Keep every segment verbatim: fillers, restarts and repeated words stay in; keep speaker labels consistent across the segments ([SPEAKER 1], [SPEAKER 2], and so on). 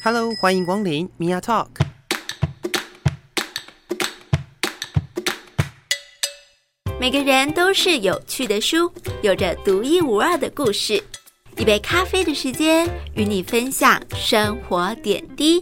[SPEAKER 1] Hello， 欢迎光临 Mia Talk。
[SPEAKER 2] 每个人都是有趣的书，有着独一无二的故事。一杯咖啡的时间，与你分享生活点滴。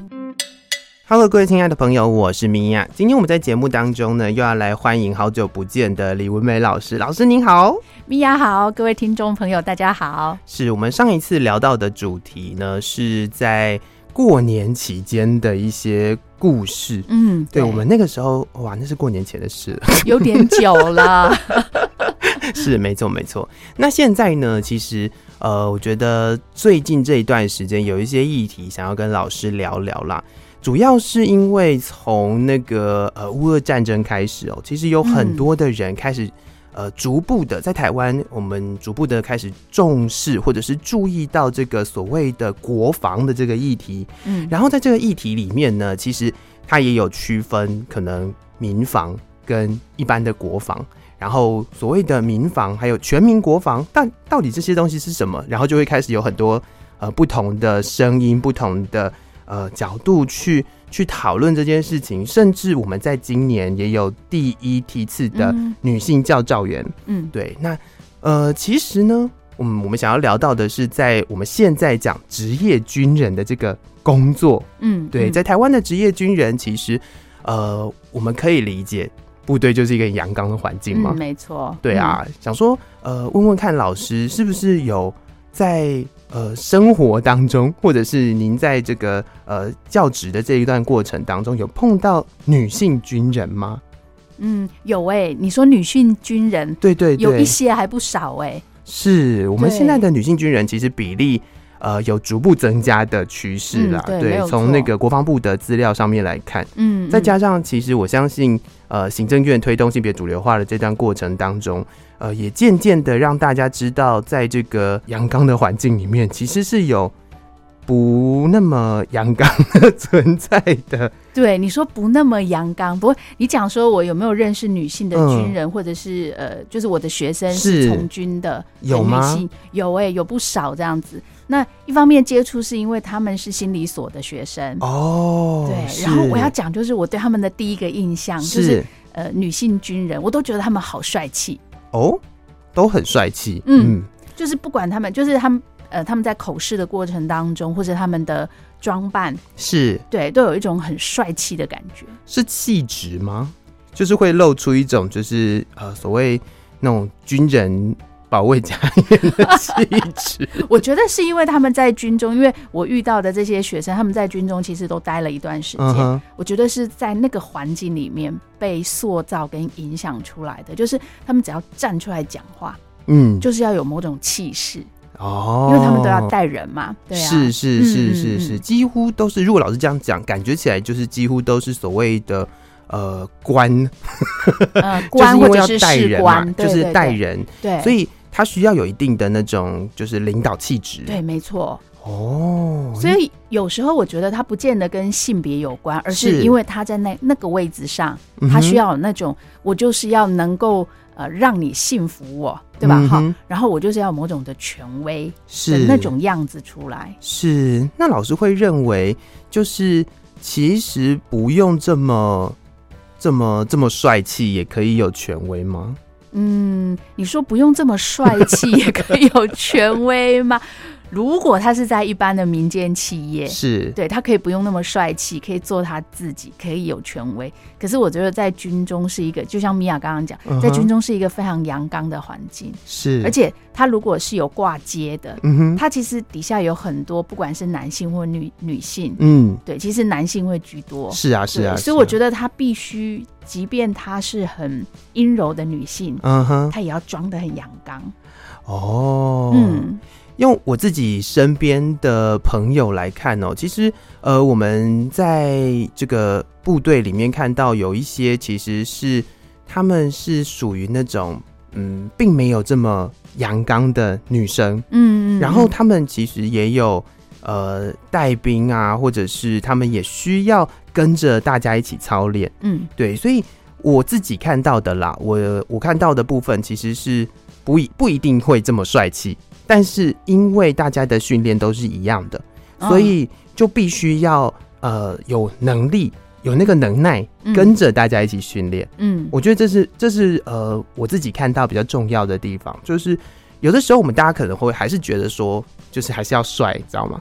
[SPEAKER 1] Hello， 各位亲爱的朋友，我是米娅。今天我们在节目当中呢，又要来欢迎好久不见的李文美老师。老师您好。
[SPEAKER 3] 米娅好，各位听众朋友大家好。
[SPEAKER 1] 是我们上一次聊到的主题呢，是在过年期间的一些故事。嗯，对，对我们那个时候哇，那是过年前的事了，
[SPEAKER 3] 有点久了。
[SPEAKER 1] 是没错没错。那现在呢，其实呃，我觉得最近这一段时间有一些议题想要跟老师聊聊啦。主要是因为从那个呃乌俄战争开始哦，其实有很多的人开始、嗯、呃逐步的在台湾，我们逐步的开始重视或者是注意到这个所谓的国防的这个议题。嗯，然后在这个议题里面呢，其实它也有区分可能民防跟一般的国防。然后所谓的民防还有全民国防，但到底这些东西是什么？然后就会开始有很多呃不同的声音，不同的。呃，角度去去讨论这件事情，甚至我们在今年也有第一梯次的女性教召员。嗯，对。那呃，其实呢，我们我们想要聊到的是，在我们现在讲职业军人的这个工作。嗯，对，在台湾的职业军人，其实呃，我们可以理解，部队就是一个阳刚的环境嘛。
[SPEAKER 3] 嗯，没错。
[SPEAKER 1] 对啊，嗯、想说呃，问问看老师是不是有在。呃，生活当中，或者是您在这个呃教职的这一段过程当中，有碰到女性军人吗？
[SPEAKER 3] 嗯，有哎、欸。你说女性军人，
[SPEAKER 1] 对对对，
[SPEAKER 3] 有一些还不少哎、欸。
[SPEAKER 1] 是我们现在的女性军人，其实比例呃有逐步增加的趋势啦。
[SPEAKER 3] 嗯、对，
[SPEAKER 1] 从那个国防部的资料上面来看，嗯，再加上其实我相信，呃，行政院推动性别主流化的这段过程当中。呃，也渐渐的让大家知道，在这个阳刚的环境里面，其实是有不那么阳刚的存在的。
[SPEAKER 3] 对，你说不那么阳刚，不过你讲说我有没有认识女性的军人，嗯、或者是呃，就是我的学生是从军的
[SPEAKER 1] 有吗？
[SPEAKER 3] 有哎、欸，有不少这样子。那一方面接触是因为他们是心理所的学生哦，对。然后我要讲就是我对他们的第一个印象就是，是呃，女性军人，我都觉得他们好帅气。
[SPEAKER 1] 哦，都很帅气，
[SPEAKER 3] 嗯，就是不管他们，就是他们，呃，他们在口试的过程当中，或者他们的装扮，
[SPEAKER 1] 是对，
[SPEAKER 3] 都有一种很帅气的感觉。
[SPEAKER 1] 是气质吗？就是会露出一种，就是呃，所谓那种军人保卫家园的气质。
[SPEAKER 3] 我觉得是因为他们在军中，因为我遇到的这些学生，他们在军中其实都待了一段时间。Uh-huh. 我觉得是在那个环境里面被塑造跟影响出来的，就是他们只要站出来讲话，嗯，就是要有某种气势。哦，因为他们都要带人嘛，对啊，
[SPEAKER 1] 是是是是是，嗯、几乎都是。如果老师这样讲，感觉起来就是几乎都是所谓的呃官，
[SPEAKER 3] 呃官或者是士官，
[SPEAKER 1] 就是带人，
[SPEAKER 3] 对，
[SPEAKER 1] 所以他需要有一定的那种就是领导气质。
[SPEAKER 3] 对，没错。哦，所以有时候我觉得他不见得跟性别有关，而是因为他在那那个位置上，他需要有那种、嗯、我就是要能够呃让你信服我，对吧？哈、嗯，然后我就是要有某种的权威的那种样子出来。
[SPEAKER 1] 是，那老师会认为就是其实不用这么这么这么帅气也可以有权威吗？
[SPEAKER 3] 嗯，你说不用这么帅气也可以有权威吗？如果他是在一般的民间企业，
[SPEAKER 1] 是
[SPEAKER 3] 对他可以不用那么帅气，可以做他自己，可以有权威。可是我觉得在军中是一个，就像米娅刚刚讲， uh-huh. 在军中是一个非常阳刚的环境，
[SPEAKER 1] 是，
[SPEAKER 3] 而且他如果是有挂阶的，嗯哼，他其实底下有很多，不管是男性或女女性，嗯，对，其实男性会居多，
[SPEAKER 1] 是啊是啊，
[SPEAKER 3] 所以我觉得他必须，即便他是很阴柔的女性，嗯哼，他也要装得很阳刚。
[SPEAKER 1] 哦，嗯。用我自己身边的朋友来看哦，其实呃，我们在这个部队里面看到有一些其实是他们是属于那种嗯，并没有这么阳刚的女生，嗯，然后他们其实也有呃带兵啊，或者是他们也需要跟着大家一起操练，嗯，对，所以我自己看到的啦，我我看到的部分其实是不不一定会这么帅气。但是因为大家的训练都是一样的， 所以就必须要呃有能力。有那个能耐跟着大家一起训练，嗯，我觉得这是这是呃我自己看到比较重要的地方，就是有的时候我们大家可能会还是觉得说，就是还是要帅，知道吗？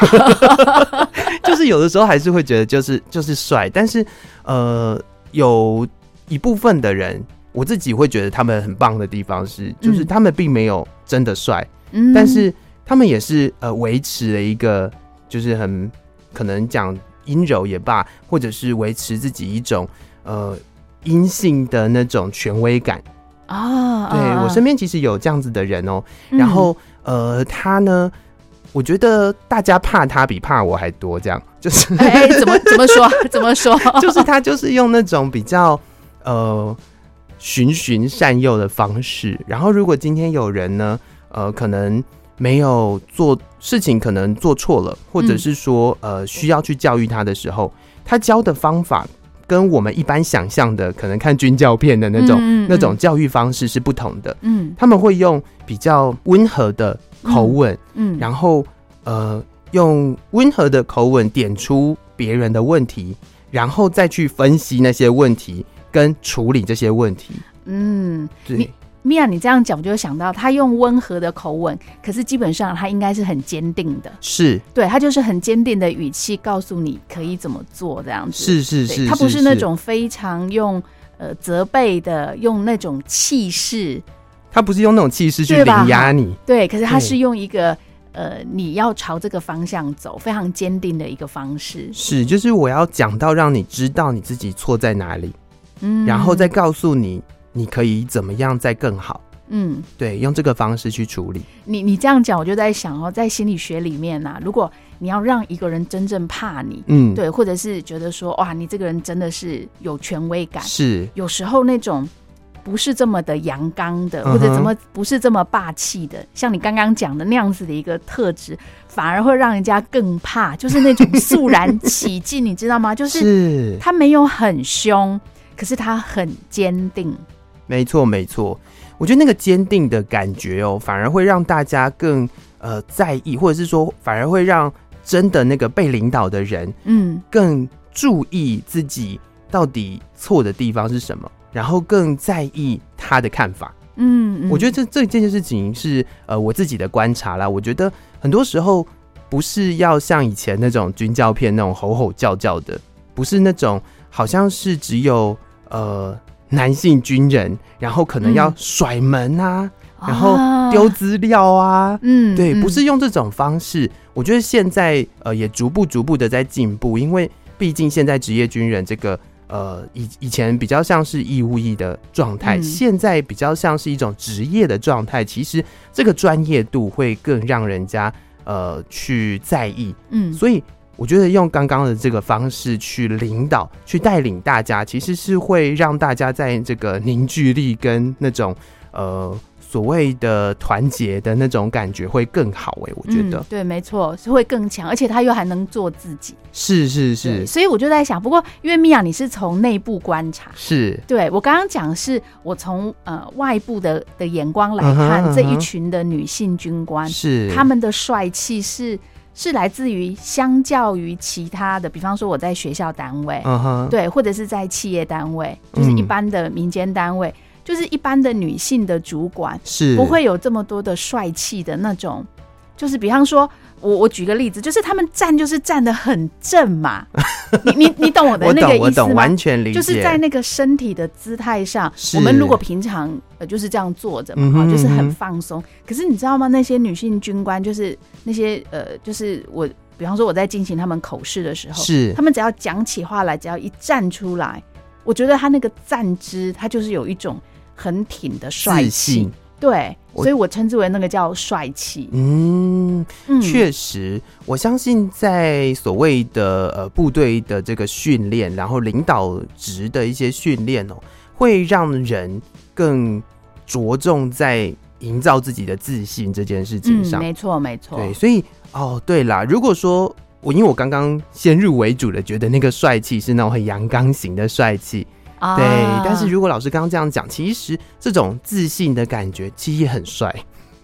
[SPEAKER 1] 就是有的时候还是会觉得就是就是帅，但是呃有一部分的人，我自己会觉得他们很棒的地方是，就是他们并没有真的帅，嗯，但是他们也是呃维持了一个就是很可能讲。阴柔也罢，或者是维持自己一种呃阴性的那种权威感啊。对啊我身边其实有这样子的人哦、喔嗯，然后呃他呢，我觉得大家怕他比怕我还多，这样就是哎、
[SPEAKER 3] 欸，怎么怎么说怎么说？
[SPEAKER 1] 就是他就是用那种比较呃循循善诱的方式，然后如果今天有人呢，呃可能。没有做事情可能做错了，或者是说、嗯、呃需要去教育他的时候，他教的方法跟我们一般想象的可能看军教片的那种、嗯嗯、那种教育方式是不同的。嗯，他们会用比较温和的口吻，嗯，嗯然后呃用温和的口吻点出别人的问题，然后再去分析那些问题跟处理这些问题。嗯，对。
[SPEAKER 3] 米娅，你这样讲，我就想到他用温和的口吻，可是基本上他应该是很坚定的，
[SPEAKER 1] 是
[SPEAKER 3] 对他就是很坚定的语气告诉你可以怎么做这样子，
[SPEAKER 1] 是是 是, 是，
[SPEAKER 3] 他不是那种非常用呃责备的，用那种气势，
[SPEAKER 1] 他不是用那种气势去凌压你，
[SPEAKER 3] 对，可是他是用一个呃你要朝这个方向走，非常坚定的一个方式，
[SPEAKER 1] 是就是我要讲到让你知道你自己错在哪里，嗯，然后再告诉你。你可以怎么样再更好？嗯，对，用这个方式去处理。
[SPEAKER 3] 你你这样讲，我就在想哦，在心理学里面啊，如果你要让一个人真正怕你，嗯，对，或者是觉得说哇，你这个人真的是有权威感，
[SPEAKER 1] 是
[SPEAKER 3] 有时候那种不是这么的阳刚的，或者怎么不是这么霸气的，像你刚刚讲的那样子的一个特质，反而会让人家更怕，就是那种肃然起敬，你知道吗？就是他没有很凶，可是他很坚定。
[SPEAKER 1] 没错没错，我觉得那个坚定的感觉哦，反而会让大家更呃在意，或者是说反而会让真的那个被领导的人嗯更注意自己到底错的地方是什么，然后更在意他的看法。嗯, 嗯我觉得这这件事情是呃我自己的观察啦，我觉得很多时候不是要像以前那种军教片那种吼吼叫叫的，不是那种好像是只有呃男性军人，然后可能要甩门啊，嗯、然后丢资料啊，嗯，对，不是用这种方式。我觉得现在呃也逐步逐步的在进步，因为毕竟现在职业军人这个呃以以前比较像是义务役的状态、嗯，现在比较像是一种职业的状态。其实这个专业度会更让人家呃去在意，嗯，所以。我觉得用刚刚的这个方式去领导、去带领大家，其实是会让大家在这个凝聚力跟那种呃所谓的团结的那种感觉会更好。哎、欸，我觉得、嗯、
[SPEAKER 3] 对，没错，是会更强，而且他又还能做自己。
[SPEAKER 1] 是是是，
[SPEAKER 3] 所以我就在想，不过因为米娅你是从内部观察，
[SPEAKER 1] 是
[SPEAKER 3] 对我刚刚讲是我从呃外部的的眼光来看、uh-huh, uh-huh. 这一群的女性军官，
[SPEAKER 1] 是他
[SPEAKER 3] 们的帅气是。是来自于相较于其他的，比方说我在学校单位、uh-huh. 对，或者是在企业单位，就是一般的民间单位、嗯、就是一般的女性的主管是不会有这么多的帅气的那种，就是比方说我我举个例子，就是他们站就是站得很正嘛你你你懂我的那个意思吗？
[SPEAKER 1] 我懂，我懂，完全理解。
[SPEAKER 3] 就是在那个身体的姿态上，我们如果平常呃就是这样坐着嘛、嗯哼嗯哼，就是很放松。可是你知道吗？那些女性军官，就是那些呃，就是我，比方说我在进行他们口试的时候，是他们只要讲起话来，只要一站出来，我觉得他那个站姿，他就是有一种很挺的帅气。对，所以我称之为那个叫帅气。嗯，
[SPEAKER 1] 确实，我相信在所谓的呃部队的这个训练，然后领导职的一些训练哦，会让人更着重在营造自己的自信这件事情上。
[SPEAKER 3] 嗯、没错，没错。
[SPEAKER 1] 对，所以哦，对啦，如果说我因为我刚刚先入为主的觉得那个帅气是那种很阳刚型的帅气。对、啊，但是如果老师刚刚这样讲，其实这种自信的感觉其实也很帅。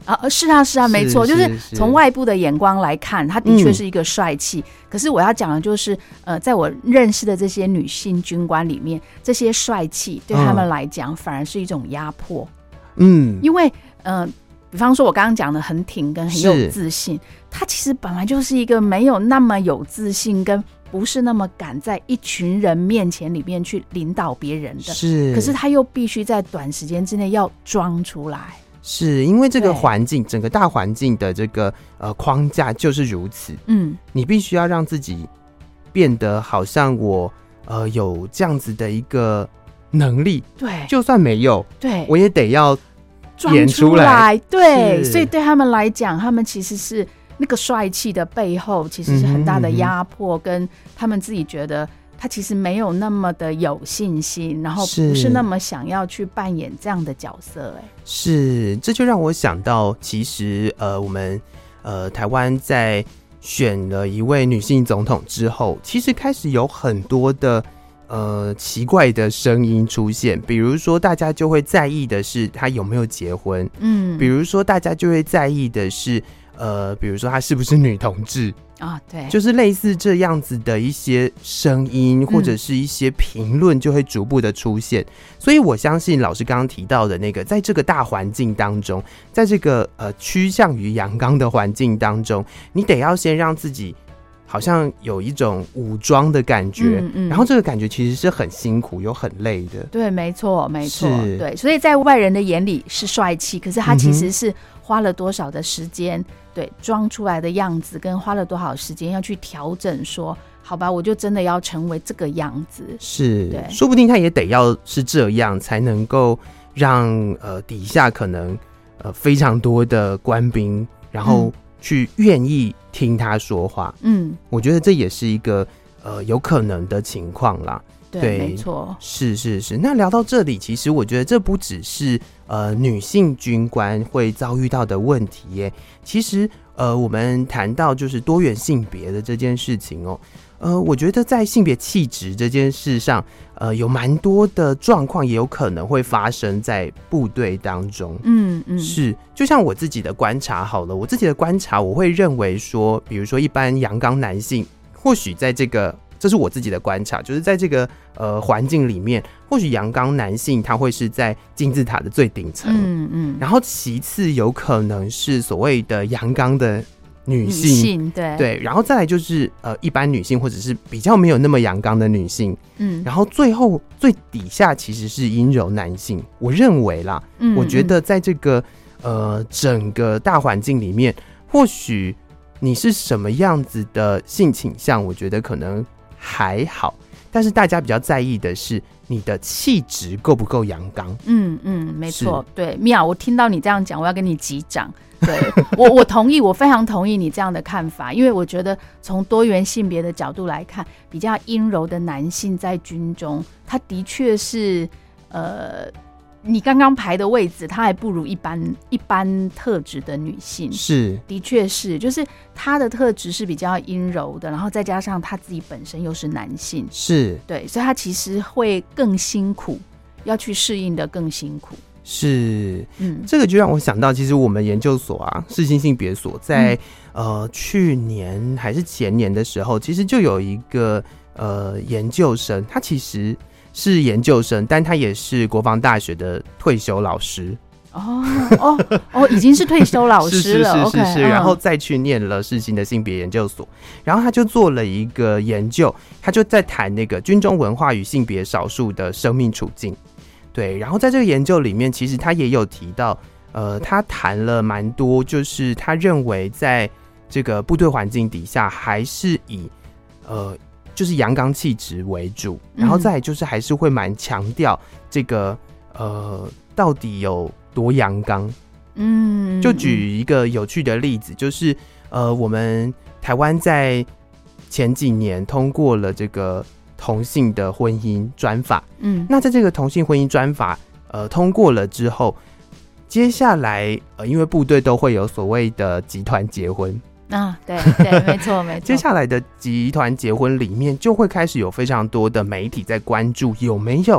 [SPEAKER 3] 啊，是啊，是啊，没错，就是从外部的眼光来看，他的确是一个帅气。嗯、可是我要讲的就是，呃，在我认识的这些女性军官里面，这些帅气对他们来讲，反而是一种压迫。嗯，因为，呃，比方说我刚刚讲的很挺跟很有自信，他其实本来就是一个没有那么有自信跟。不是那么敢在一群人面前里面去领导别人的，是，可是他又必须在短时间之内要装出来，
[SPEAKER 1] 是因为这个环境，整个大环境的这个呃框架就是如此，嗯，你必须要让自己变得好像我呃有这样子的一个能力，对，就算没有，对，我也得要演出来，装出来，
[SPEAKER 3] 对，所以对他们来讲，他们其实是。那个帅气的背后其实是很大的压迫，跟他们自己觉得他其实没有那么的有信心，然后不是那么想要去扮演这样的角色。哎，
[SPEAKER 1] 是，这就让我想到，其实呃，我们呃台湾在选了一位女性总统之后，其实开始有很多的呃奇怪的声音出现，比如说大家就会在意的是她有没有结婚，嗯，比如说大家就会在意的是。呃，比如说她是不是女同志
[SPEAKER 3] 啊？对，
[SPEAKER 1] 就是类似这样子的一些声音或者是一些评论就会逐步的出现、嗯、所以我相信老师刚刚提到的那个在这个大环境当中，在这个呃趋向于阳刚的环境当中，你得要先让自己好像有一种武装的感觉、嗯嗯、然后这个感觉其实是很辛苦又很累的。
[SPEAKER 3] 对，没错没错，对，所以在外人的眼里是帅气，可是他其实是花了多少的时间、嗯、对，装出来的样子跟花了多少时间要去调整，说好吧，我就真的要成为这个样子，
[SPEAKER 1] 是，对，说不定他也得要是这样才能够让呃底下可能呃非常多的官兵然后去愿意听他说话，嗯，我觉得这也是一个呃有可能的情况啦。
[SPEAKER 3] 对，对，没错，
[SPEAKER 1] 是是是。那聊到这里，其实我觉得这不只是呃女性军官会遭遇到的问题耶。其实呃，我们谈到就是多元性别的这件事情哦，呃，我觉得在性别气质这件事上，呃，有蛮多的状况也有可能会发生在部队当中。嗯嗯，是，就像我自己的观察好了，我自己的观察，我会认为说，比如说一般阳刚男性，或许在这个。这是我自己的观察，就是在这个呃环境里面，或许阳刚男性他会是在金字塔的最顶层，嗯嗯，然后其次有可能是所谓的阳刚的女性，女性对对，然后再来就是呃一般女性或者是比较没有那么阳刚的女性，嗯，然后最后最底下其实是阴柔男性。我认为啦，嗯，我觉得在这个呃整个大环境里面，或许你是什么样子的性倾向，我觉得可能。还好，但是大家比较在意的是你的气质够不够阳刚。
[SPEAKER 3] 嗯嗯，没错，对，妙，我听到你这样讲，我要跟你击掌。对我，我同意，我非常同意你这样的看法，因为我觉得从多元性别的角度来看，比较阴柔的男性在军中，他的确是呃。你刚刚排的位置，她还不如一般一般特质的女性，是，的确是，就是她的特质是比较阴柔的，然后再加上她自己本身又是男性，是，对，所以她其实会更辛苦，要去适应的更辛苦。
[SPEAKER 1] 是，嗯，这个就让我想到，其实我们研究所啊，世新性别所在、嗯、呃去年还是前年的时候，其实就有一个呃研究生，他其实。是研究生，但他也是国防大学的退休老师。
[SPEAKER 3] 哦哦哦，已经是退休老师了。
[SPEAKER 1] 是是是是是， okay, 然后再去念了世新的性别研究所，然后他就做了一个研究，他就在谈那个军中文化与性别少数的生命处境。对，然后在这个研究里面，其实他也有提到，呃，他谈了蛮多，就是他认为在这个部队环境底下，还是以呃。就是阳刚气质为主，然后再来就是还是会蛮强调这个呃到底有多阳刚。嗯，就举一个有趣的例子，就是呃我们台湾在前几年通过了这个同性的婚姻专法。嗯，那在这个同性婚姻专法呃通过了之后，接下来呃因为部队都会有所谓的集团结婚。
[SPEAKER 3] 啊，对对，没错没错。
[SPEAKER 1] 接下来的集团结婚里面，就会开始有非常多的媒体在关注有没有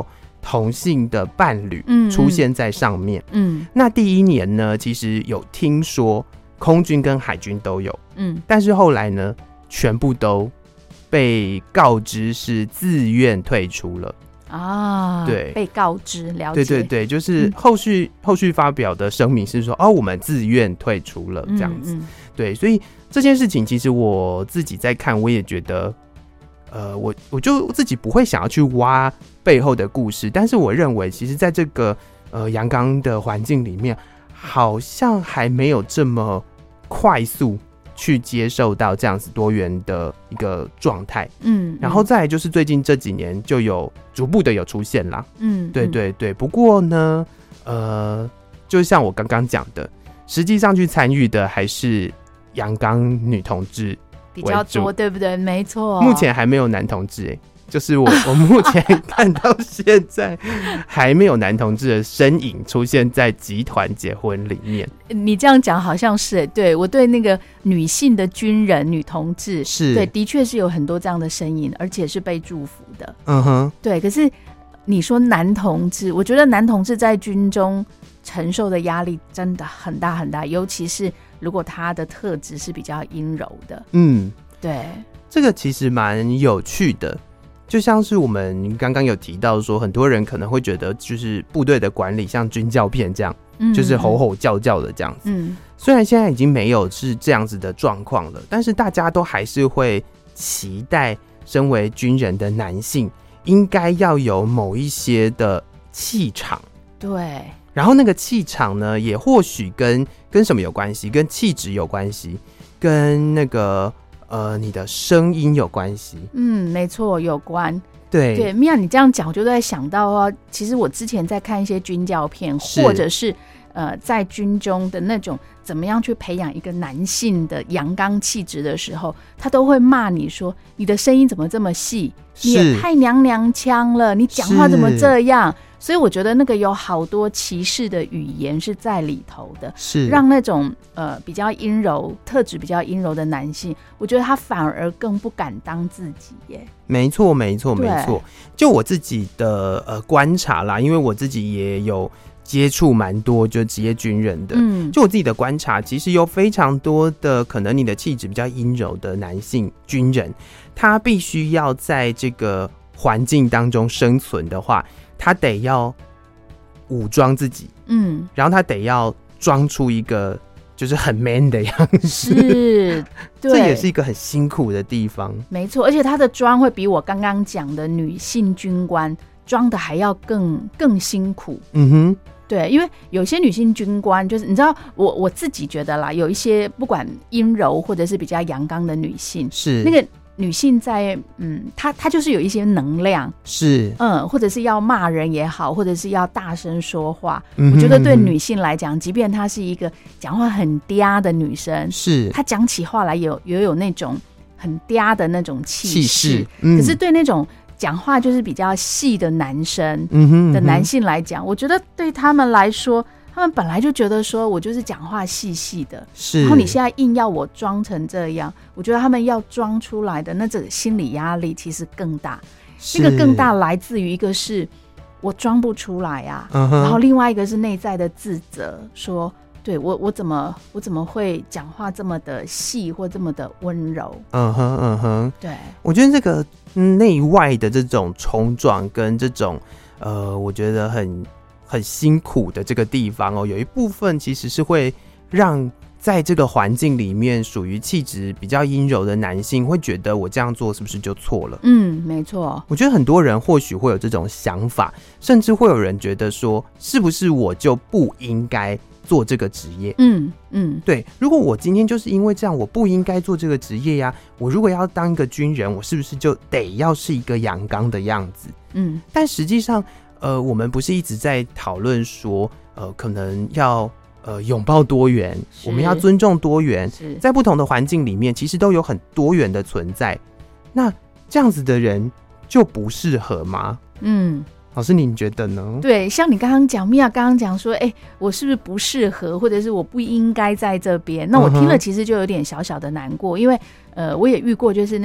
[SPEAKER 1] 同性的伴侣出现在上面。
[SPEAKER 3] 嗯，嗯
[SPEAKER 1] 那第一年呢，其实有听说空军跟海军都有，
[SPEAKER 3] 嗯，
[SPEAKER 1] 但是后来呢，全部都被告知是自愿退出了。
[SPEAKER 3] 啊，
[SPEAKER 1] 对，
[SPEAKER 3] 被告知了解，
[SPEAKER 1] 对对对，就是后续、嗯、后续发表的声明是说，哦，我们自愿退出了这样子。嗯嗯对，所以这件事情其实我自己在看，我也觉得，呃，我我就自己不会想要去挖背后的故事，但是我认为，其实在这个呃阳刚的环境里面，好像还没有这么快速去接受到这样子多元的一个状态。嗯，然后再来就是最近这几年就有逐步的有出现啦。嗯，对对对。不过呢，呃，就像我刚刚讲的，实际上去参与的还是阳刚女同志
[SPEAKER 3] 比较多，对不对？没错。
[SPEAKER 1] 目前还没有男同志哎、欸。就是我，我目前看到现在还没有男同志的身影出现在集团结婚里面。
[SPEAKER 3] 你这样讲好像是，对，我对那个女性的军人、女同志，
[SPEAKER 1] 是
[SPEAKER 3] 对，的确是有很多这样的身影，而且是被祝福的。
[SPEAKER 1] 嗯哼，
[SPEAKER 3] 对。可是你说男同志，我觉得男同志在军中承受的压力真的很大很大，尤其是如果他的特质是比较阴柔的。嗯，对，
[SPEAKER 1] 这个其实蛮有趣的。就像是我们刚刚有提到说，很多人可能会觉得就是部队的管理像军教片这样、嗯、就是吼吼叫叫的这样子、嗯、虽然现在已经没有是这样子的状况了，但是大家都还是会期待身为军人的男性应该要有某一些的气场。
[SPEAKER 3] 对，
[SPEAKER 1] 然后那个气场呢也或许跟跟什么有关系，跟气质有关系，跟那个呃，你的声音有关系。嗯，
[SPEAKER 3] 没错，有关。
[SPEAKER 1] 对
[SPEAKER 3] 对，米娅，你这样讲，我就在想到哦，其实我之前在看一些军教片，或者是呃，在军中的那种怎么样去培养一个男性的阳刚气质的时候，他都会骂你说你的声音怎么这么细，你也太娘娘腔了，你讲话怎么这样。所以我觉得那个有好多歧视的语言是在里头的，
[SPEAKER 1] 是
[SPEAKER 3] 让那种呃比较阴柔、特质比较阴柔的男性，我觉得他反而更不敢当自己耶。
[SPEAKER 1] 没错，没错，没错。就我自己的呃观察啦，因为我自己也有接触蛮多就职业军人的，嗯，就我自己的观察，其实有非常多的可能你的气质比较阴柔的男性军人，他必须要在这个环境当中生存的话，他得要武装自己，嗯，然后他得要装出一个就是很 man 的样子，
[SPEAKER 3] 是，对，
[SPEAKER 1] 这也是一个很辛苦的地方。
[SPEAKER 3] 没错，而且他的装会比我刚刚讲的女性军官装的还要更更辛苦。嗯哼，对，因为有些女性军官就是你知道，我我自己觉得啦，有一些不管阴柔或者是比较阳刚的女性，
[SPEAKER 1] 是
[SPEAKER 3] 那个。女性在嗯，她她就是有一些能量，
[SPEAKER 1] 是
[SPEAKER 3] 嗯，或者是要骂人也好，或者是要大声说话。嗯、我觉得对女性来讲，即便她是一个讲话很嗲的女生，
[SPEAKER 1] 是
[SPEAKER 3] 她讲起话来有也有那种很嗲的那种气势。
[SPEAKER 1] 嗯、
[SPEAKER 3] 可是对那种讲话就是比较细的男生的男性来讲，嗯、我觉得对他们来说。他们本来就觉得说我就是讲话细细的，
[SPEAKER 1] 是，
[SPEAKER 3] 然后你现在硬要我装成这样，我觉得他们要装出来的那这个心理压力其实更大。那个更大来自于一个是我装不出来啊，嗯、然后另外一个是内在的自责，说对我我怎么我怎么会讲话这么的细或这么的温柔？
[SPEAKER 1] 嗯哼嗯哼，
[SPEAKER 3] 对，
[SPEAKER 1] 我觉得这个内外的这种冲撞跟这种呃，我觉得很。很辛苦的这个地方哦，有一部分其实是会让在这个环境里面属于气质比较阴柔的男性会觉得我这样做是不是就错了？
[SPEAKER 3] 嗯，没错。
[SPEAKER 1] 我觉得很多人或许会有这种想法，甚至会有人觉得说，是不是我就不应该做这个职业？嗯嗯，对。如果我今天就是因为这样，我不应该做这个职业呀。我如果要当一个军人，我是不是就得要是一个阳刚的样子？嗯，但实际上。呃，我们不是一直在讨论说，呃，可能要呃拥抱多元，我们要尊重多元，在不同的环境里面，其实都有很多元的存在。那这样子的人就不适合吗？嗯，老师，你觉得呢？
[SPEAKER 3] 对，像你刚刚讲，米娅刚刚讲说，哎、欸，我是不是不适合，或者是我不应该在这边？那我听了其实就有点小小的难过，因为呃，我也遇过就是那种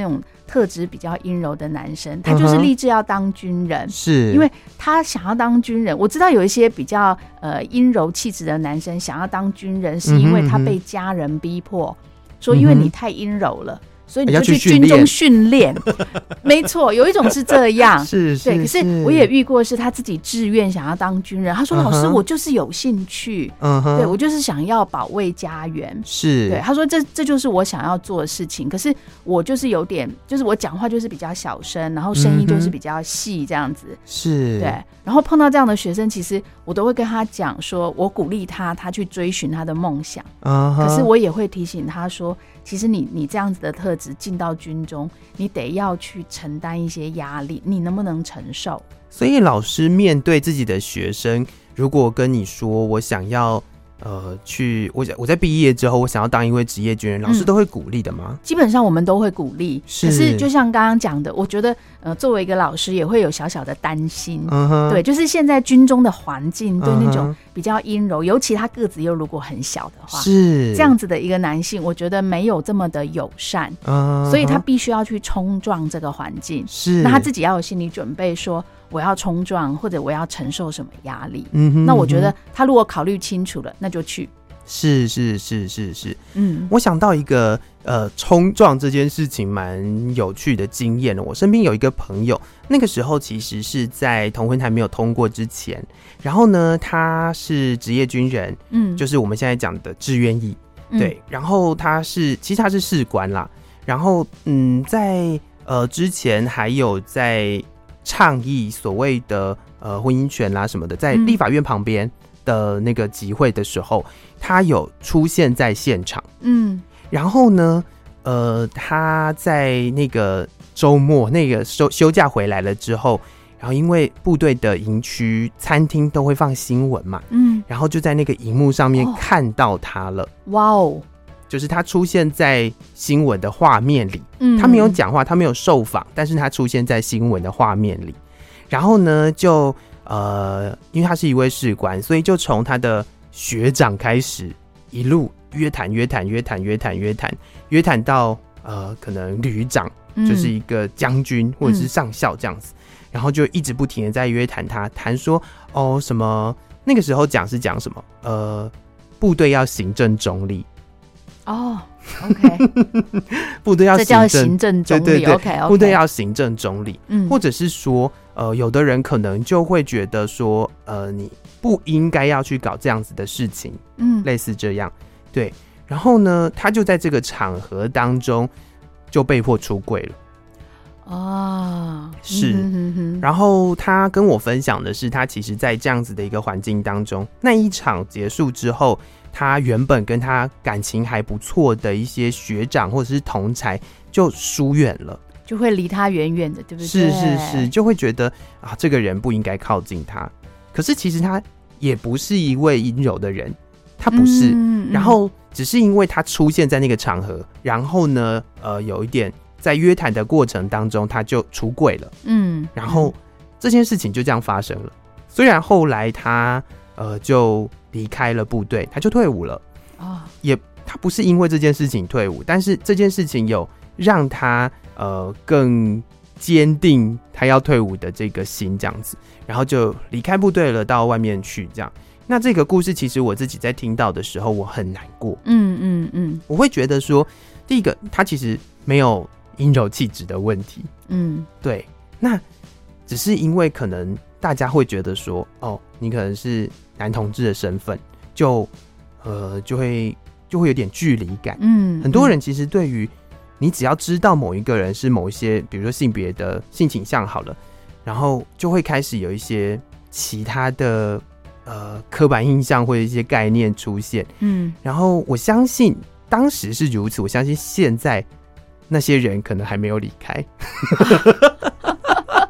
[SPEAKER 3] 特质比较阴柔的男生，他就是立志要当军人，
[SPEAKER 1] 是、嗯、
[SPEAKER 3] 因为他想要当军人。我知道有一些比较呃阴柔气质的男生想要当军人，是因为他被家人逼迫，嗯、说因为你太阴柔了。所以你就去军中训练，没错，有一种是这样，
[SPEAKER 1] 是是，
[SPEAKER 3] 对。可是我也遇过是他自己自愿想要当军人，他说：“老师，我就是有兴趣，嗯哼，对我就是想要保卫家园。”
[SPEAKER 1] 是，
[SPEAKER 3] 对，他说这这就是我想要做的事情。可是我就是有点，就是我讲话就是比较小声，然后声音就是比较细这样子，
[SPEAKER 1] 是、嗯、
[SPEAKER 3] 对。然后碰到这样的学生，其实我都会跟他讲说，我鼓励他，他去追寻他的梦想。Uh-huh. 可是我也会提醒他说，其实你你这样子的特质进到军中，你得要去承担一些压力，你能不能承受？
[SPEAKER 1] 所以老师面对自己的学生，如果跟你说我想要呃去我我在毕业之后我想要当一位职业军人，老师都会鼓励的吗？
[SPEAKER 3] 嗯、基本上我们都会鼓励，
[SPEAKER 1] 是。
[SPEAKER 3] 可是就像刚刚讲的，我觉得呃作为一个老师也会有小小的担心，嗯、对，就是现在军中的环境对那种比较阴柔，嗯、尤其他个子又如果很小的话，
[SPEAKER 1] 是
[SPEAKER 3] 这样子的一个男性，我觉得没有这么的友善，嗯、所以他必须要去冲撞这个环境，
[SPEAKER 1] 是。
[SPEAKER 3] 那他自己要有心理准备说，我要冲撞或者我要承受什么压力，
[SPEAKER 1] 嗯哼，
[SPEAKER 3] 那我觉得他如果考虑清楚了，那就去。
[SPEAKER 1] 是是是是是，
[SPEAKER 3] 嗯，
[SPEAKER 1] 我想到一个呃冲撞这件事情蛮有趣的经验了。我身边有一个朋友，那个时候其实是在同婚还没有通过之前，然后呢他是职业军人，嗯，就是我们现在讲的志愿役，嗯、对，然后他是其实他是士官啦，然后嗯在呃之前还有在倡议所谓的呃婚姻权啦什么的，在立法院旁边的那个集会的时候，他有出现在现场，嗯，然后呢，呃，他在那个周末那个休休假回来了之后，然后因为部队的营区餐厅都会放新闻嘛，嗯，然后就在那个荧幕上面看到他了，
[SPEAKER 3] 哇哦！
[SPEAKER 1] 就是他出现在新闻的画面里，嗯，他没有讲话，他没有受访，但是他出现在新闻的画面里，然后呢，就呃，因为他是一位士官，所以就从他的学长开始，一路约谈、约谈、约谈、约谈、约谈、约谈到呃，可能旅长，嗯、就是一个将军或者是上校这样子，嗯、然后就一直不停的在约谈他，谈说哦什么，那个时候讲是讲什么，呃，部队要行政中立。
[SPEAKER 3] 哦、oh, ，OK，
[SPEAKER 1] 部队要行政，
[SPEAKER 3] 这叫行政中立，
[SPEAKER 1] 对对对
[SPEAKER 3] ，OK，
[SPEAKER 1] 部队要行政中立，
[SPEAKER 3] 嗯，
[SPEAKER 1] 或者是说，呃，有的人可能就会觉得说，呃，你不应该要去搞这样子的事情，嗯，类似这样，对。然后呢，他就在这个场合当中就被迫出柜了。
[SPEAKER 3] 哦，
[SPEAKER 1] 是、嗯哼哼，然后他跟我分享的是，他其实在这样子的一个环境当中，那一场结束之后，他原本跟他感情还不错的一些学长或者是同才就疏远了，
[SPEAKER 3] 就会离他远远的，对不对？
[SPEAKER 1] 是是是，就会觉得啊，这个人不应该靠近他。可是其实他也不是一位阴柔的人，他不是，嗯嗯、然后只是因为他出现在那个场合，然后呢，呃，有一点。在约谈的过程当中，他就出柜了，嗯，然后这件事情就这样发生了。虽然后来他呃就离开了部队，他就退伍了，哦，也他不是因为这件事情退伍，但是这件事情有让他呃更坚定他要退伍的这个心，这样子，然后就离开部队了，到外面去这样。那这个故事其实我自己在听到的时候，我很难过，嗯嗯嗯，我会觉得说，第一个他其实没有阴柔气质的问题，嗯，对，那只是因为可能大家会觉得说，哦，你可能是男同志的身份，就呃就会就会有点距离感，嗯，很多人其实对于你只要知道某一个人是某一些，比如说性别的性倾向好了，然后就会开始有一些其他的呃刻板印象或者一些概念出现，嗯，然后我相信当时是如此，我相信现在。那些人可能还没有离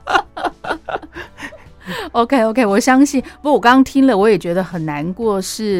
[SPEAKER 1] 开。OK
[SPEAKER 3] OK， 我相信。不过我刚刚听了，我也觉得很难过是。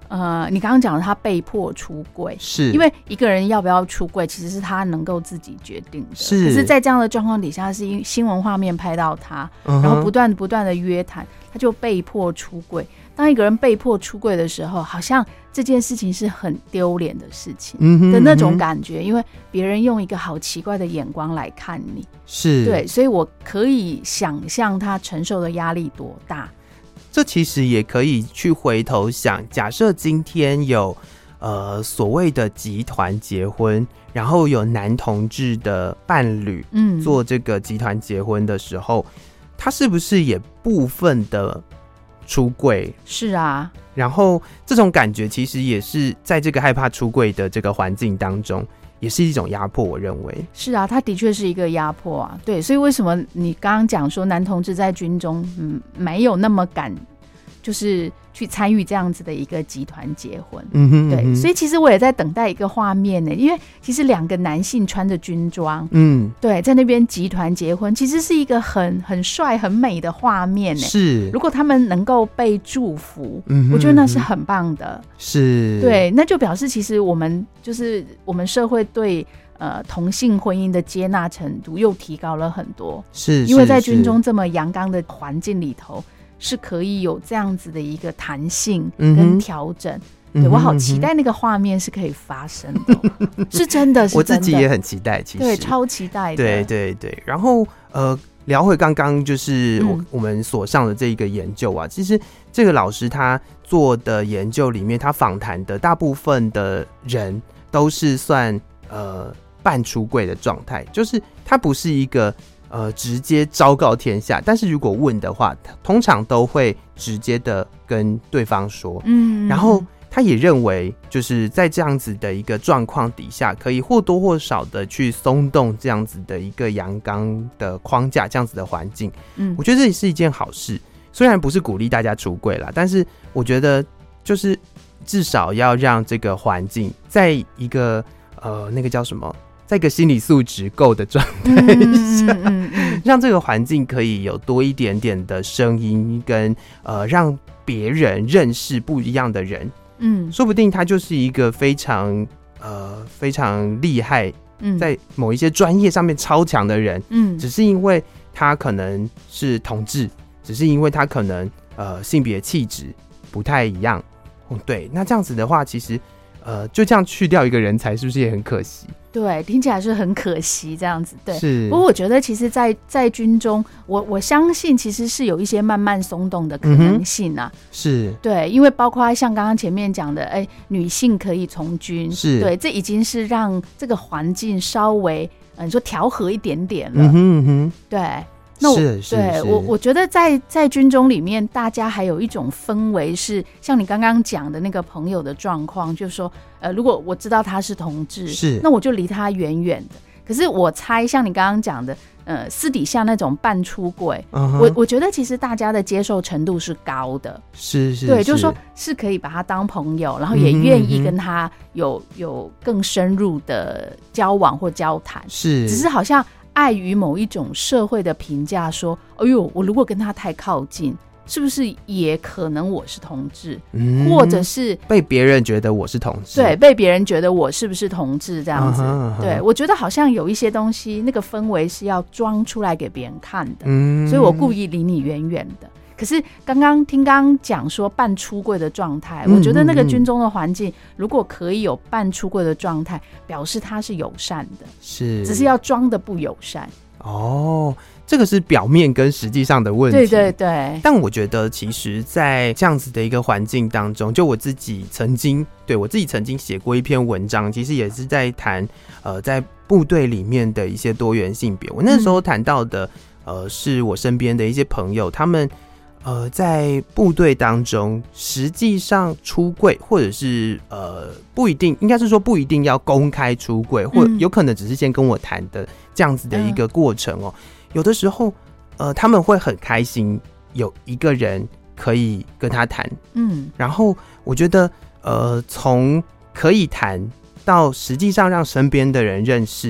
[SPEAKER 3] 呃，你刚刚讲的他被迫出柜，
[SPEAKER 1] 是
[SPEAKER 3] 因为一个人要不要出柜，其实是他能够自己决定的。
[SPEAKER 1] 是，
[SPEAKER 3] 可是在这样的状况底下，是因新闻画面拍到他，
[SPEAKER 1] 嗯、
[SPEAKER 3] 然后不断不断的约谈，他就被迫出柜。当一个人被迫出柜的时候，好像这件事情是很丢脸的事情的那种感觉，嗯、因为别人用一个好奇怪的眼光来看你，
[SPEAKER 1] 是
[SPEAKER 3] 对，所以我可以想象他承受的压力多大。
[SPEAKER 1] 这其实也可以去回头想，假设今天有呃所谓的集团结婚，然后有男同志的伴侣嗯做这个集团结婚的时候，他是不是也部分的出柜？
[SPEAKER 3] 是啊，
[SPEAKER 1] 然后这种感觉其实也是在这个害怕出柜的这个环境当中，也是一种压迫。我认为
[SPEAKER 3] 是啊，它的确是一个压迫啊。对，所以为什么你刚刚讲说男同志在军中嗯没有那么敢就是去参与这样子的一个集团结婚，嗯哼嗯哼，对，所以其实我也在等待一个画面呢，因为其实两个男性穿着军装，嗯，对，在那边集团结婚，其实是一个很很帅很美的画面呢。
[SPEAKER 1] 是，
[SPEAKER 3] 如果他们能够被祝福，嗯，我觉得那是很棒的。
[SPEAKER 1] 是，
[SPEAKER 3] 对，那就表示其实我们就是我们社会对呃同性婚姻的接纳程度又提高了很多。
[SPEAKER 1] 是，
[SPEAKER 3] 因为在军中这么阳刚的环境里头，是可以有这样子的一个弹性跟调整，嗯、对，我好期待那个画面是可以发生的，嗯、是真的，是真的，
[SPEAKER 1] 我自己也很期待，其实
[SPEAKER 3] 对，超期待的，
[SPEAKER 1] 对对对。然后呃，聊回刚刚就是我、嗯、我们所上的这一个研究啊，其实这个老师他做的研究里面，他访谈的大部分的人都是算呃半出柜的状态，就是他不是一个。呃，直接昭告天下，但是如果问的话，通常都会直接的跟对方说，嗯，然后他也认为，就是在这样子的一个状况底下，可以或多或少的去松动这样子的一个阳刚的框架，这样子的环境，嗯，我觉得这也是一件好事。虽然不是鼓励大家出柜啦，但是我觉得就是至少要让这个环境在一个呃那个叫什么？在一个心理素质够的状态下，嗯嗯嗯嗯、让这个环境可以有多一点点的声音跟呃，让别人认识不一样的人，嗯，说不定他就是一个非常呃非常厉害，嗯，在某一些专业上面超强的人，嗯，只是因为他可能是同志，只是因为他可能呃性别气质不太一样，嗯，对，那这样子的话，其实呃就这样去掉一个人才，是不是也很可惜？
[SPEAKER 3] 对，听起来是很可惜这样子。对，
[SPEAKER 1] 是。
[SPEAKER 3] 不过我觉得，其实在，在在军中，我我相信其实是有一些慢慢松动的可能性啊。嗯、
[SPEAKER 1] 是。
[SPEAKER 3] 对，因为包括像刚刚前面讲的，哎，女性可以从军，
[SPEAKER 1] 是
[SPEAKER 3] 对，这已经是让这个环境稍微，嗯、呃，你说调和一点点了。
[SPEAKER 1] 嗯哼嗯哼，
[SPEAKER 3] 对。那我
[SPEAKER 1] 是是
[SPEAKER 3] 对我我觉得在在军中里面，大家还有一种氛围是像你刚刚讲的那个朋友的状况，就是说，呃，如果我知道他是同志，
[SPEAKER 1] 是
[SPEAKER 3] 那我就离他远远的。可是我猜，像你刚刚讲的，呃，私底下那种半出柜，嗯、我我觉得其实大家的接受程度是高的，
[SPEAKER 1] 是是，
[SPEAKER 3] 对，就是说是可以把他当朋友，然后也愿意跟他有、嗯、有更深入的交往或交谈，
[SPEAKER 1] 是，
[SPEAKER 3] 只是好像。碍于某一种社会的评价说，哎呦，我如果跟他太靠近，是不是也可能我是同志，嗯、或者是
[SPEAKER 1] 被别人觉得我是同志，
[SPEAKER 3] 对，被别人觉得我是不是同志这样子，uh-huh, uh-huh. 对，我觉得好像有一些东西那个氛围是要装出来给别人看的，嗯、所以我故意离你远远的。可是刚刚听刚刚讲说半出柜的状态，嗯、我觉得那个军中的环境，如果可以有半出柜的状态，表示他是友善的，
[SPEAKER 1] 是，
[SPEAKER 3] 只是要装的不友善。
[SPEAKER 1] 哦，这个是表面跟实际上的问题。
[SPEAKER 3] 对对对。
[SPEAKER 1] 但我觉得，其实，在这样子的一个环境当中，就我自己曾经对我自己曾经写过一篇文章，其实也是在谈呃，在部队里面的一些多元性别。我那时候谈到的，嗯、呃，是我身边的一些朋友，他们。呃，在部队当中，实际上出柜，或者是呃，不一定，应该是说不一定要公开出柜，或有可能只是先跟我谈的这样子的一个过程哦。嗯、有的时候，呃，他们会很开心有一个人可以跟他谈，嗯，然后我觉得，呃，从可以谈到实际上让身边的人认识，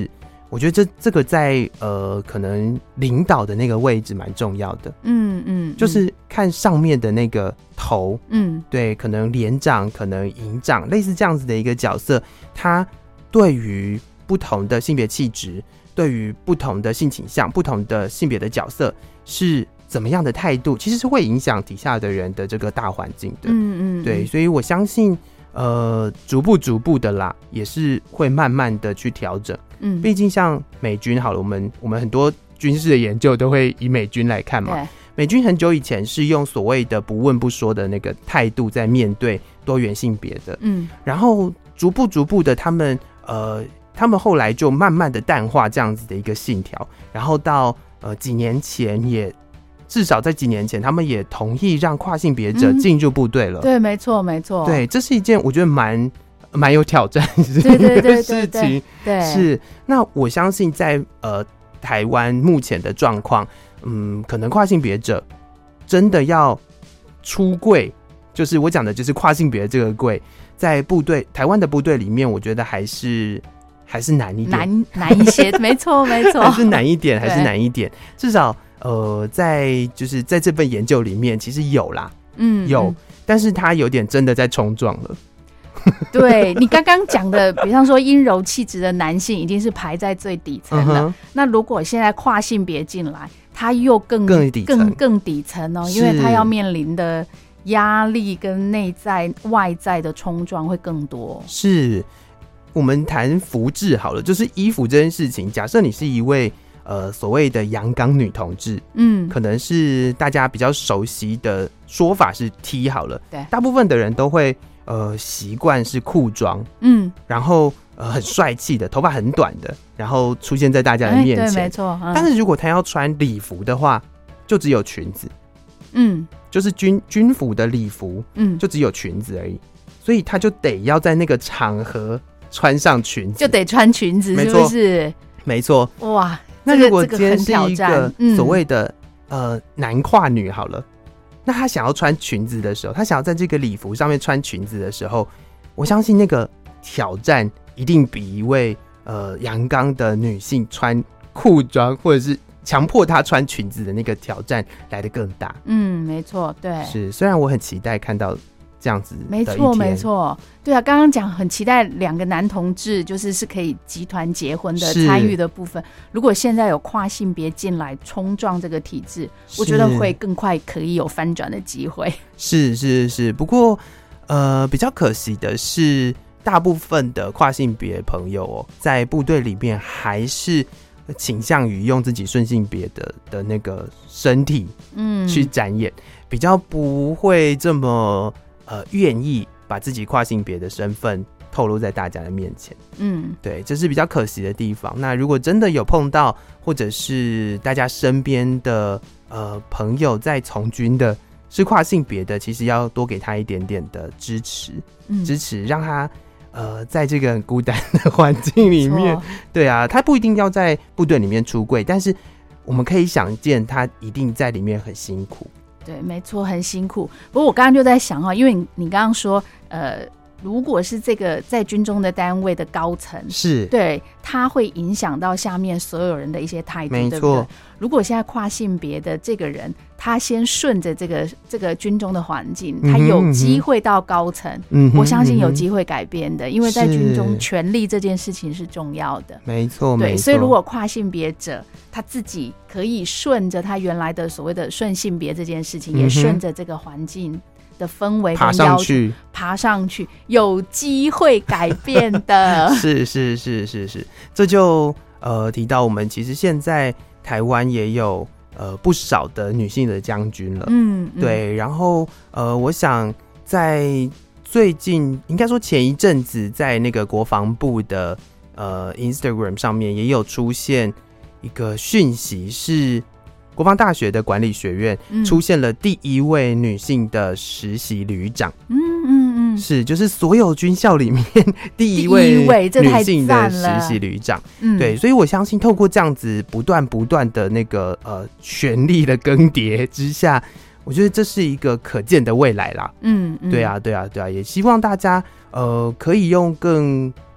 [SPEAKER 1] 我觉得这这个在呃可能领导的那个位置蛮重要的，
[SPEAKER 3] 嗯嗯，
[SPEAKER 1] 就是看上面的那个头，
[SPEAKER 3] 嗯，
[SPEAKER 1] 对，可能连长，可能营长，类似这样子的一个角色，他对于不同的性别气质，对于不同的性倾向，不同的性别的角色是怎么样的态度，其实是会影响底下的人的这个大环境的，
[SPEAKER 3] 嗯嗯，
[SPEAKER 1] 对，所以我相信。呃，逐步逐步的啦，也是会慢慢的去调整。嗯，毕竟像美军好了，我们我们很多军事的研究都会以美军来看嘛。对，美军很久以前是用所谓的不问不说的那个态度在面对多元性别的。嗯，然后逐步逐步的，他们呃，他们后来就慢慢的淡化这样子的一个信条，然后到呃几年前也。至少在几年前，他们也同意让跨性别者进入部队了。
[SPEAKER 3] 嗯、对，没错，没错。
[SPEAKER 1] 对，这是一件我觉得蛮蛮有挑战的事情。
[SPEAKER 3] 对，
[SPEAKER 1] 是。那我相信在呃台湾目前的状况，嗯，可能跨性别者真的要出柜，就是我讲的就是跨性别这个柜，在部队台湾的部队里面，我觉得还是还是难一点，
[SPEAKER 3] 难难一些。没错，没错，
[SPEAKER 1] 还是难一点，还是难一点，至少。呃，在就是在这份研究里面，其实有啦，嗯，有，嗯、但是他有点真的在冲撞了。
[SPEAKER 3] 对你刚刚讲的，比方说阴柔气质的男性，已经是排在最底层了。嗯、那如果现在跨性别进来，他又更
[SPEAKER 1] 更底层
[SPEAKER 3] 更更底层哦，因为他要面临的压力跟内在外在的冲撞会更多。
[SPEAKER 1] 是，我们谈服制好了，就是衣服这件事情。假设你是一位。呃，所谓的阳刚女同志，嗯，可能是大家比较熟悉的说法是 T 好了，对，大部分的人都会呃习惯是裤装，嗯，然后呃很帅气的，头发很短的，然后出现在大家的面前，
[SPEAKER 3] 欸、对，没错。嗯、
[SPEAKER 1] 但是如果他要穿礼服的话，就只有裙子，嗯，就是军军服的礼服，嗯，就只有裙子而已，所以他就得要在那个场合穿上裙子，
[SPEAKER 3] 就得穿裙子，是不是？
[SPEAKER 1] 没错，
[SPEAKER 3] 哇。
[SPEAKER 1] 那如果今天是一个所谓的、这个嗯、呃男跨女好了，那他想要穿裙子的时候，他想要在这个礼服上面穿裙子的时候，我相信那个挑战一定比一位呃阳刚的女性穿裤装或者是强迫她穿裙子的那个挑战来得更大。
[SPEAKER 3] 嗯，没错，对，
[SPEAKER 1] 是。虽然我很期待看到这样子的一天，
[SPEAKER 3] 没错没错，对啊，刚刚讲很期待两个男同志就是是可以集团结婚的参与的部分，如果现在有跨性别进来冲撞这个体制，我觉得会更快可以有翻转的机会。
[SPEAKER 1] 是是是，不过呃比较可惜的是，大部分的跨性别朋友哦，在部队里面还是倾向于用自己顺性别的的那个身体嗯去展演，嗯、比较不会这么呃愿意把自己跨性别的身份透露在大家的面前。嗯，对，这是比较可惜的地方。那如果真的有碰到，或者是大家身边的呃朋友在从军的是跨性别的，其实要多给他一点点的支持，嗯、支持让他。呃，在这个很孤单的环境里面，对啊，他不一定要在部队里面出柜，但是我们可以想见，他一定在里面很辛苦。
[SPEAKER 3] 对，没错，很辛苦。不过我刚刚就在想哈，因为你刚刚说，呃，如果是这个在军中的单位的高层，
[SPEAKER 1] 是对，
[SPEAKER 3] 他会影响到下面所有人的一些态度，
[SPEAKER 1] 没错。
[SPEAKER 3] 对不对？如果现在跨性别的这个人，他先顺着这个这个军中的环境，他有机会到高层，嗯、我相信有机会改变的，因为在军中权力这件事情是重要的，
[SPEAKER 1] 没错，
[SPEAKER 3] 对。
[SPEAKER 1] 没错，
[SPEAKER 3] 所以如果跨性别者他自己可以顺着他原来的所谓的顺性别这件事情，嗯、也顺着这个环境的氛围
[SPEAKER 1] 爬上去，
[SPEAKER 3] 爬上去，有机会改变的。
[SPEAKER 1] 是是是是是，这就呃提到我们其实现在台湾也有呃不少的女性的将军了，嗯，嗯对，然后呃我想在最近应该说前一阵子在那个国防部的呃 Instagram 上面也有出现一个讯息是。国防大学的管理学院出现了第一位女性的实习旅长，嗯嗯嗯，是就是所有军校里面第一位女性的实习旅长，嗯，对，所以我相信透过这样子不断不断的那个呃权力的更迭之下，我觉得这是一个可见的未来啦，嗯，嗯对啊对啊对啊，也希望大家呃可以用更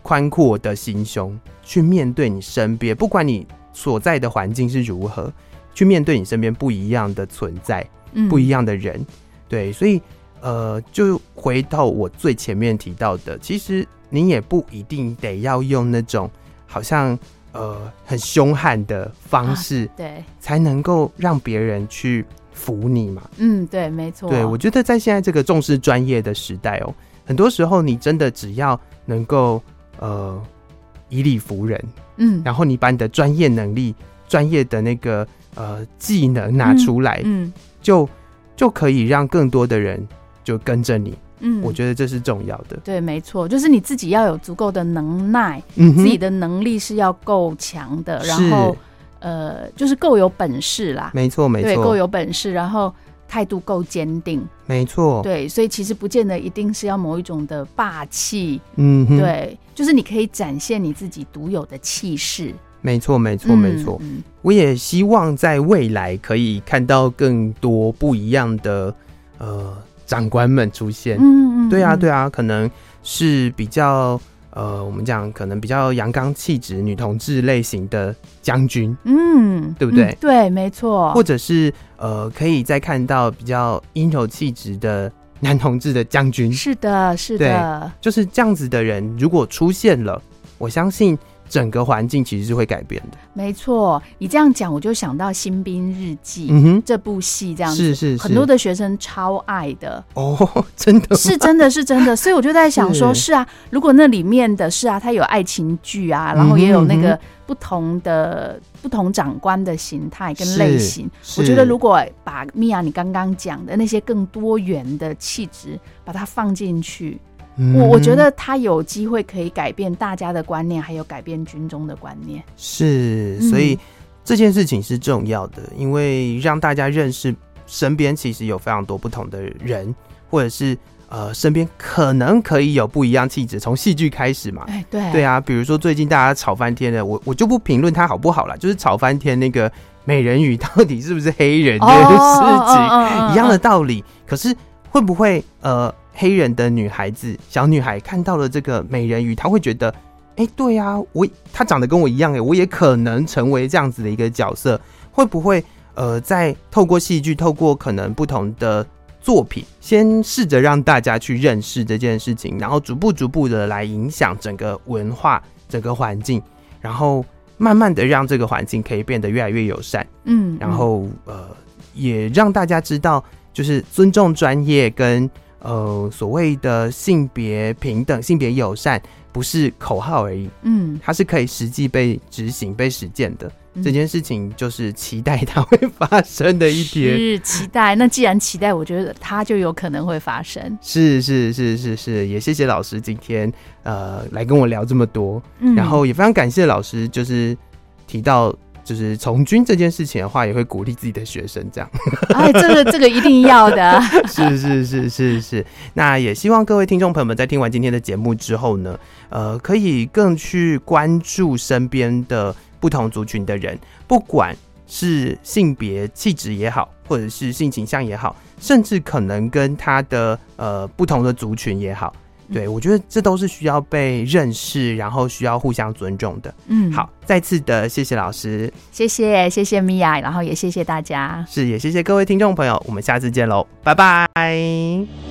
[SPEAKER 1] 宽阔的心胸去面对你身边，不管你所在的环境是如何，去面对你身边不一样的存在、嗯、不一样的人。对，所以呃，就回到我最前面提到的，其实你也不一定得要用那种好像呃很凶悍的方式、啊、
[SPEAKER 3] 对，
[SPEAKER 1] 才能够让别人去服你嘛。
[SPEAKER 3] 嗯，对，没错。
[SPEAKER 1] 对，我觉得在现在这个重视专业的时代哦，很多时候你真的只要能够呃以理服人，嗯，然后你把你的专业能力、专业的那个呃技能拿出来，嗯，嗯就就可以让更多的人就跟着你。嗯，我觉得这是重要的。
[SPEAKER 3] 对，没错，就是你自己要有足够的能耐，嗯、自己的能力是要够强的，然后呃，就是够有本事啦。
[SPEAKER 1] 没错，没错，
[SPEAKER 3] 对，够有本事，然后态度够坚定。
[SPEAKER 1] 没错，
[SPEAKER 3] 对，所以其实不见得一定是要某一种的霸气。嗯，对，就是你可以展现你自己独有的气势。
[SPEAKER 1] 没错，没错，没错。嗯，我也希望在未来可以看到更多不一样的呃。长官们出现，嗯嗯，对啊对啊，可能是比较呃，我们讲可能比较阳刚气质女同志类型的将军，嗯，对不对？
[SPEAKER 3] 嗯、对，没错。
[SPEAKER 1] 或者是呃，可以再看到比较阴柔气质的男同志的将军，
[SPEAKER 3] 是的，是的，
[SPEAKER 1] 就是这样子的人，如果出现了，我相信整个环境其实是会改变的。
[SPEAKER 3] 没错，你这样讲我就想到《新兵日记》嗯、这部戏，这样子是是是，很多的学生超爱的
[SPEAKER 1] 哦，真的
[SPEAKER 3] 是真的是真的，所以我就在想说，是, 是啊，如果那里面的是啊，它有爱情剧啊，然后也有那个不同的、嗯、不同长官的形态跟类型，我觉得如果把米娅你刚刚讲的那些更多元的气质把它放进去。我我觉得他有机会可以改变大家的观念，还有改变军中的观念。
[SPEAKER 1] 是，所以这件事情是重要的，因为让大家认识身边其实有非常多不同的人，或者是呃身边可能可以有不一样气质，从戏剧开始嘛。
[SPEAKER 3] 哎，对，
[SPEAKER 1] 对啊，比如说最近大家吵翻天的，我我就不评论它好不好啦，就是吵翻天那个美人鱼到底是不是黑人这件事情、哦、一样的道理。可是会不会呃？黑人的女孩子，小女孩看到了这个美人鱼，她会觉得，哎、欸，对啊，我她长得跟我一样，哎，我也可能成为这样子的一个角色。会不会呃，在透过戏剧，透过可能不同的作品，先试着让大家去认识这件事情，然后逐步逐步的来影响整个文化、整个环境，然后慢慢的让这个环境可以变得越来越友善。嗯，然后呃，也让大家知道，就是尊重专业跟。呃，所谓的性别平等、性别友善，不是口号而已，嗯，它是可以实际被执行、被实践的。嗯、这件事情就是期待它会发生的一天，
[SPEAKER 3] 是期待。那既然期待，我觉得它就有可能会发生。
[SPEAKER 1] 是是是是是，也谢谢老师今天呃来跟我聊这么多，嗯、然后也非常感谢老师，就是提到。就是从军这件事情的话，也会鼓励自己的学生这样。
[SPEAKER 3] 哎，这个这个一定要的。
[SPEAKER 1] 是是是是是。那也希望各位听众朋友们在听完今天的节目之后呢，呃，可以更去关注身边的不同族群的人，不管是性别气质也好，或者是性倾向也好，甚至可能跟他的呃不同的族群也好。对，我觉得这都是需要被认识，然后需要互相尊重的。嗯，好，再次的谢谢老师，
[SPEAKER 3] 谢谢谢谢米娅，然后也谢谢大家，
[SPEAKER 1] 是也谢谢各位听众朋友，我们下次见喽，拜拜。